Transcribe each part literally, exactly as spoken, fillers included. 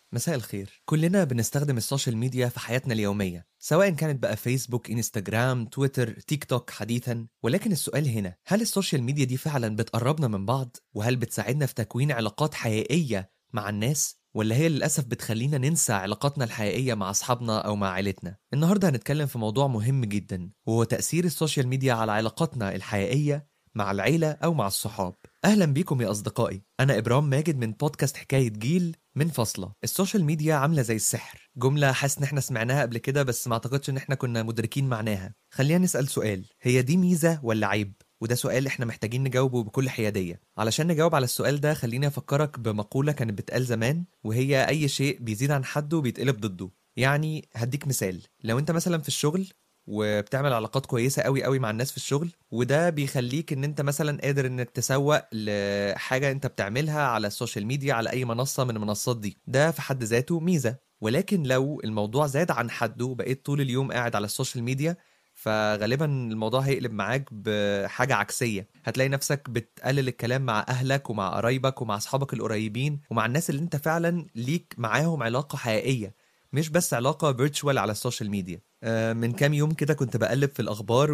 مساء الخير. كلنا بنستخدم السوشيال ميديا في حياتنا اليومية، سواء كانت بقى فيسبوك، انستجرام، تويتر، تيك توك حديثا. ولكن السؤال هنا، هل السوشيال ميديا دي فعلا بتقربنا من بعض؟ وهل بتساعدنا في تكوين علاقات حقيقية مع الناس؟ ولا هي للأسف بتخلينا ننسى علاقاتنا الحقيقية مع أصحابنا أو مع عائلتنا؟ النهاردة هنتكلم في موضوع مهم جدا، وهو تأثير السوشيال ميديا على علاقاتنا الحقيقية مع العيلة أو مع الصحاب. أهلا بيكم يا أصدقائي، أنا إبرام ماجد من بودكاست حكاية جيل من فاصلة. السوشيال ميديا عاملة زي السحر، جملة حاسس إن إحنا سمعناها قبل كده بس ما أعتقدش إن إحنا كنا مدركين معناها. خلينا نسأل سؤال، هي دي ميزة ولا عيب؟ وده سؤال إحنا محتاجين نجاوبه بكل حيادية. علشان نجاوب على السؤال ده خليني أفكرك بمقولة كانت بتقال زمان، وهي أي شيء بيزيد عن حده بيتقلب ضده. يعني هديك مثال، لو أنت مثلا في الشغل وبتعمل علاقات كويسة قوي قوي مع الناس في الشغل، وده بيخليك ان انت مثلا قادر انك تسوق لحاجة انت بتعملها على السوشيال ميديا، على اي منصة من المنصات دي، ده في حد ذاته ميزة. ولكن لو الموضوع زاد عن حده وبقيت طول اليوم قاعد على السوشيال ميديا، فغالبا الموضوع هيقلب معاك بحاجة عكسية. هتلاقي نفسك بتقلل الكلام مع أهلك ومع قرايبك ومع أصحابك القريبين ومع الناس اللي انت فعلا ليك معاهم علاقة حقيقية، مش بس علاقة فيرتشوال على السوشيال ميديا. آه، من كام يوم كده كنت بقلب في الأخبار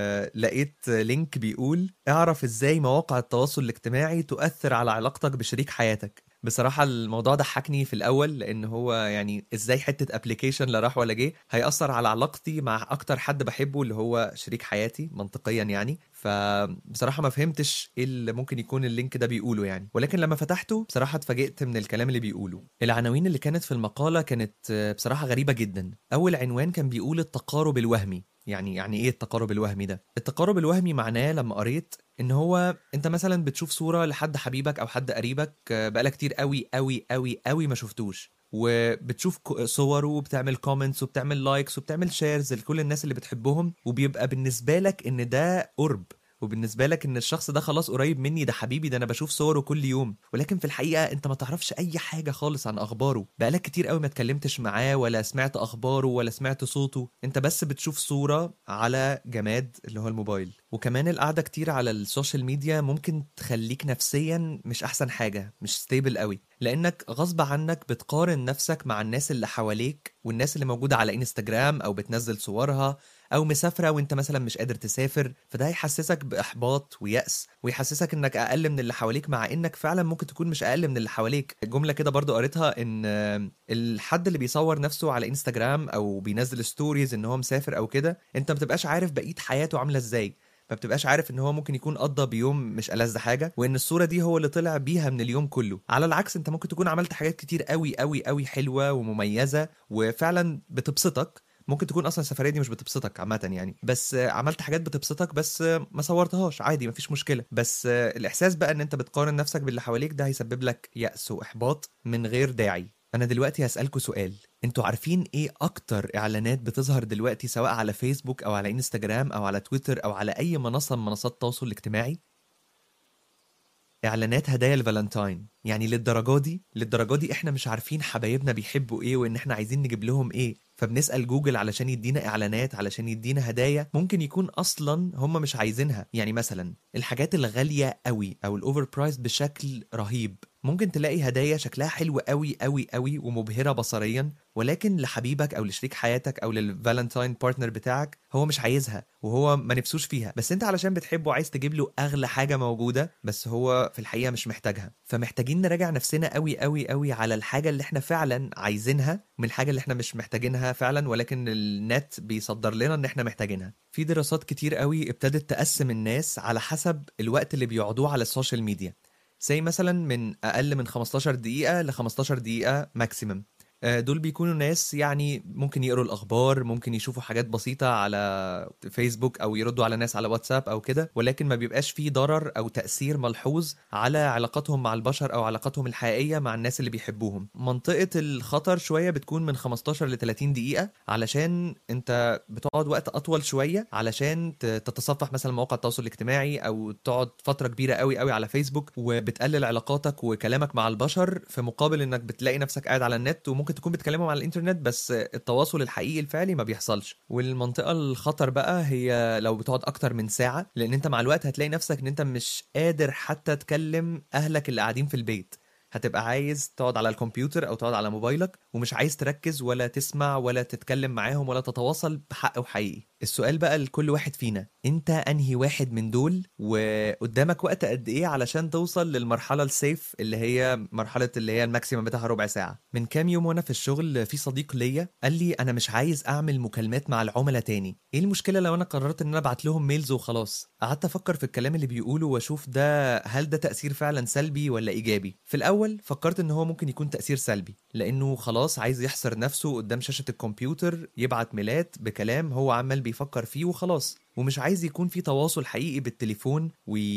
ولقيت لينك بيقول اعرف ازاي مواقع التواصل الاجتماعي تؤثر على علاقتك بشريك حياتك. بصراحة الموضوع ضحكني في الأول، لأن هو يعني ازاي حتة ابلكيشن لا راح ولا جه هيأثر على علاقتي مع أكتر حد بحبه اللي هو شريك حياتي منطقيا يعني. فبصراحة ما فهمتش ايه اللي ممكن يكون اللينك ده بيقوله يعني، ولكن لما فتحته بصراحة اتفاجئت من الكلام اللي بيقوله. العناوين اللي كانت في المقالة كانت آه، بصراحة غريبة جدا. أول عنوان كان بيقول التقارب الوهمي. يعني يعني ايه التقارب الوهمي ده؟ التقارب الوهمي معناه لما قريت ان هو انت مثلا بتشوف صورة لحد حبيبك او حد قريبك آه، بقالك كتير قوي قوي قوي قوي ما شفتوش، وبتشوف ك- صوره وبتعمل كومنتس وبتعمل لايكس وبتعمل شيرز لكل الناس اللي بتحبهم، وبيبقى بالنسبة لك ان ده قرب، وبالنسبة لك ان الشخص ده خلاص قريب مني، ده حبيبي، ده انا بشوف صوره كل يوم. ولكن في الحقيقة انت ما تعرفش اي حاجة خالص عن اخباره، بقالك كتير قوي ما اتكلمتش معاه ولا سمعت اخباره ولا سمعت صوته، انت بس بتشوف صورة على جماد اللي هو الموبايل. وكمان القعدة كتير على السوشيال ميديا ممكن تخليك نفسيا مش احسن حاجة، مش ستيبل قوي، لانك غصب عنك بتقارن نفسك مع الناس اللي حواليك والناس اللي موجودة على انستجرام او بتنزل صورها، او مسافره وانت مثلا مش قادر تسافر، فده هيحسسك باحباط ويأس، ويحسسك انك اقل من اللي حواليك، مع انك فعلا ممكن تكون مش اقل من اللي حواليك. جمله كده برضو قريتها ان آه، الحد اللي بيصور نفسه على انستجرام او بينزل ستوريز ان هو مسافر او كده، انت ما بتبقاش عارف بقيه حياته عامله ازاي، ما بتبقاش عارف ان هو ممكن يكون قضى بيوم مش ألذ حاجه، وان الصوره دي هو اللي طلع بيها من اليوم كله. على العكس، انت ممكن تكون عملت حاجات كتير قوي قوي قوي حلوه ومميزه وفعلا بتبسطك، ممكن تكون اصلا السفريه دي مش بتبسطك عامه يعني، بس آه، عملت حاجات بتبسطك بس آه، ما صورتهاش، عادي مفيش مشكله. بس آه، الاحساس بقى ان انت بتقارن نفسك باللي حواليك ده هيسبب لك يأس واحباط من غير داعي. انا دلوقتي هسألكوا سؤال، انتوا عارفين ايه اكتر اعلانات بتظهر دلوقتي سواء على فيسبوك او على انستجرام او على تويتر او على اي منصه من منصات التواصل الاجتماعي؟ اعلانات هدايا الفالنتاين. يعني للدرجه دي للدرجه دي احنا مش عارفين حبايبنا بيحبوا ايه وان احنا عايزين نجيب لهم ايه، فبنسأل جوجل علشان يدينا اعلانات، علشان يدينا هدايا ممكن يكون اصلا هم مش عايزينها. يعني مثلا الحاجات الغاليه قوي او الاوفر برايس بشكل رهيب، ممكن تلاقي هدايا شكلها حلو قوي قوي قوي ومبهره بصريا، ولكن لحبيبك او لشريك حياتك او للفالنتاين بارتنر بتاعك هو مش عايزها وهو ما نفسوش فيها، بس انت علشان بتحبه عايز تجيب له اغلى حاجه موجوده، بس هو في الحقيقه مش محتاجها. فمحتاجين نراجع نفسنا قوي قوي قوي على الحاجه اللي احنا فعلا عايزينها من الحاجه اللي احنا مش محتاجينها فعلا، ولكن النت بيصدر لنا ان احنا محتاجينها. في دراسات كتير قوي ابتدت تقسم الناس على حسب الوقت اللي بيقعدوه على السوشيال ميديا، زي مثلا من اقل من خمستاشر دقيقه ل خمستاشر دقيقه ماكسيمم. آه، دول بيكونوا ناس يعني ممكن يقروا الأخبار، ممكن يشوفوا حاجات بسيطة على فيسبوك أو يردوا على ناس على واتساب أو كده، ولكن ما بيبقاش فيه ضرر أو تأثير ملحوظ على علاقاتهم مع البشر أو علاقاتهم الحقيقية مع الناس اللي بيحبوهم. منطقة الخطر شوية بتكون من خمستاشر ل تلاتين دقيقة، علشان أنت بتقعد وقت أطول شوية علشان ت- تتصفح مثلا مواقع التواصل الاجتماعي أو تقعد فترة كبيرة قوي قوي على فيسبوك، وبتقلل علاقاتك وكلامك مع البشر، في مقابل إنك بتلاقي نفسك قاعد على النت وممكن تكون بتكلمهم على الإنترنت، بس التواصل الحقيقي الفعلي ما بيحصلش. والمنطقة الخطر بقى هي لو بتقعد أكتر من ساعة، لأن أنت مع الوقت هتلاقي نفسك إن أنت مش قادر حتى تكلم أهلك اللي قاعدين في البيت، هتبقى عايز تقعد على الكمبيوتر او تقعد على موبايلك ومش عايز تركز ولا تسمع ولا تتكلم معاهم ولا تتواصل بحق وحقيقي. السؤال بقى لكل واحد فينا، انت انهي واحد من دول؟ وقدامك وقت قد ايه علشان توصل للمرحله السيف اللي هي مرحله اللي هي الماكسيمم بتاعها ربع ساعه؟ من كام يوم وانا في الشغل في صديق ليا قال لي انا مش عايز اعمل مكالمات مع العملاء تاني، ايه المشكله لو انا قررت ان انا ابعت لهم ميلز وخلاص؟ قعدت افكر في الكلام اللي بيقوله واشوف ده هل ده تاثير فعلا سلبي ولا ايجابي. في الاول فكرت ان هو ممكن يكون تاثير سلبي، لانه خلاص عايز يحصر نفسه قدام شاشه الكمبيوتر يبعت ميلات بكلام هو عمال بيفكر فيه وخلاص، ومش عايز يكون في تواصل حقيقي بالتليفون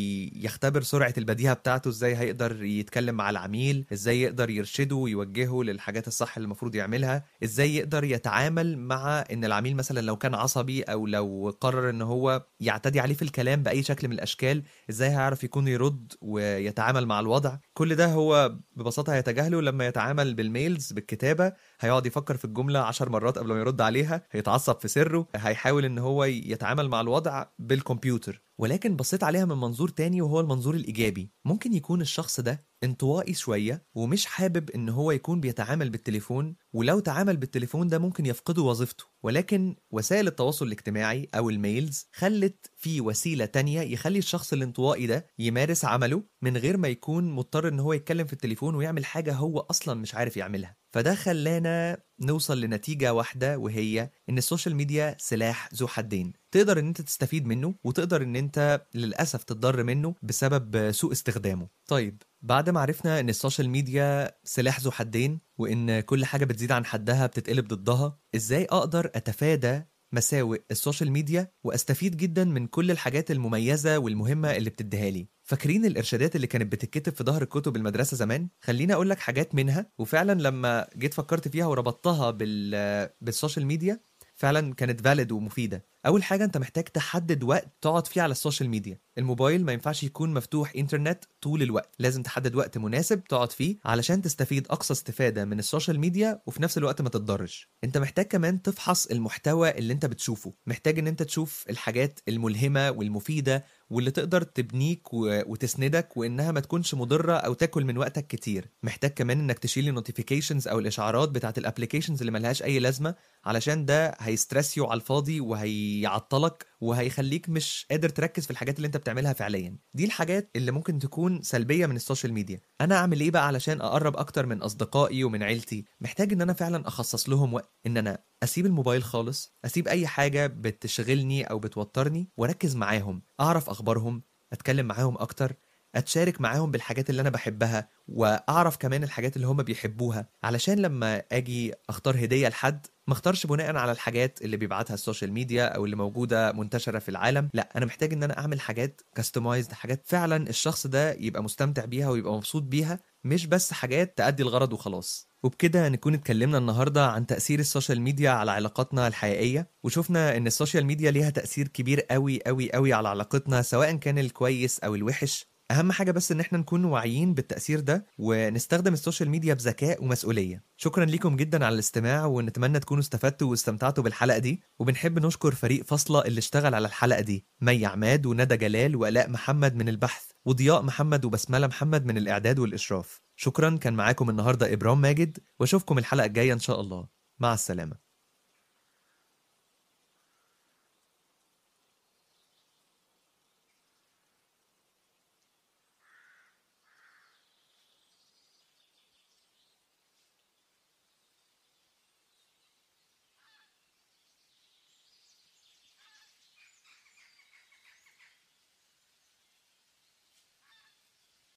ويختبر سرعة البديهة بتاعته، ازاي هيقدر يتكلم مع العميل، ازاي يقدر يرشده ويوجهه للحاجات الصح اللي المفروض يعملها، ازاي يقدر يتعامل مع ان العميل مثلا لو كان عصبي او لو قرر ان هو يعتدي عليه في الكلام بأي شكل من الاشكال، ازاي هيعرف يكون يرد ويتعامل مع الوضع. كل ده هو ببساطة هيتجاهله لما يتعامل بالميلز بالكتابة، هيقعد يفكر في الجملة عشر مرات قبل ما يرد عليها، هيتعصب في سره، هيحاول ان هو يتعامل مع الوضع بالكمبيوتر. ولكن بصيت عليها من منظور تاني وهو المنظور الإيجابي، ممكن يكون الشخص ده انطوائي شوية ومش حابب ان هو يكون بيتعامل بالتليفون، ولو تعامل بالتليفون ده ممكن يفقده وظيفته، ولكن وسائل التواصل الاجتماعي او الميلز خلت في وسيلة تانية يخلي الشخص الانطوائي ده يمارس عمله من غير ما يكون مضطر ان هو يتكلم في التليفون ويعمل حاجة هو اصلا مش عارف يعملها. فده خلانا نوصل لنتيجة واحدة، وهي ان السوشيال ميديا سلاح ذو حدين، تقدر ان انت تستفيد منه وتقدر ان انت للأسف تتضر منه بسبب سوء استخدامه. طيب بعد ما عرفنا ان السوشيال ميديا سلاح ذو حدين وان كل حاجة بتزيد عن حدها بتتقلب ضدها، ازاي اقدر اتفادى مساوئ السوشيال ميديا واستفيد جدا من كل الحاجات المميزة والمهمة اللي بتديها لي؟ فاكرين الارشادات اللي كانت بتتكتب في ظهر الكتب المدرسة زمان؟ خليني اقول لك حاجات منها، وفعلا لما جيت فكرت فيها وربطتها بال بالسوشيال ميديا فعلا كانت فاليد ومفيدة. اول حاجة انت محتاج تحدد وقت تقعد فيه على السوشيال ميديا. الموبايل ما ينفعش يكون مفتوح انترنت طول الوقت، لازم تحدد وقت مناسب تقعد فيه علشان تستفيد اقصى استفادة من السوشيال ميديا وفي نفس الوقت ما تتضرش. انت محتاج كمان تفحص المحتوى اللي انت بتشوفه، محتاج ان انت تشوف الحاجات الملهمة والمفيدة واللي تقدر تبنيك و... وتسندك وانها ما تكونش مضرة او تاكل من وقتك كتير. محتاج كمان انك تشيل النوتيفيكيشنز او الاشعارات بتاعت الابليكيشنز اللي ملهاش اي لازمة، علشان ده هيسترسيو على الفاضي وهيعطلك وهيخليك مش قادر تركز في الحاجات اللي انت بتعملها فعليا. دي الحاجات اللي ممكن تكون سلبية من السوشيال ميديا. انا اعمل ايه بقى علشان اقرب اكتر من اصدقائي ومن عيلتي؟ محتاج ان انا فعلا اخصص لهم وقت، ان انا اسيب الموبايل خالص، اسيب اي حاجة بتشغلني او بتوترني واركز معاهم، اعرف اخبارهم، اتكلم معاهم اكتر، اتشارك معاهم بالحاجات اللي انا بحبها واعرف كمان الحاجات اللي هم بيحبوها، علشان لما اجي اختار هدية لحد ما اختارش بناء على الحاجات اللي بيبعتها السوشيال ميديا او اللي موجودة منتشرة في العالم. لا، انا محتاج ان انا اعمل حاجات كاستمايزد، حاجات فعلا الشخص ده يبقى مستمتع بيها ويبقى مبسوط بيها، مش بس حاجات تأدي الغرض وخلاص. وبكده نكون اتكلمنا النهاردة عن تأثير السوشيال ميديا على علاقاتنا الحقيقية، وشوفنا ان السوشيال ميديا ليها تأثير كبير قوي قوي قوي على علاقتنا سواء كان الكويس او الوحش. اهم حاجة بس ان احنا نكون واعيين بالتأثير ده ونستخدم السوشيال ميديا بذكاء ومسؤولية. شكرا لكم جدا على الاستماع، ونتمنى تكونوا استفدتوا واستمتعتوا بالحلقة دي. وبنحب نشكر فريق فاصلة اللي اشتغل على الحلقة دي، مي عماد وندى جلال وآلاء محمد من البحث وضياء محمد وبسملة محمد من الإعداد والإشراف. شكرا. كان معاكم النهاردة إبرام ماجد، واشوفكم الحلقة الجاية إن شاء الله. مع السلامة.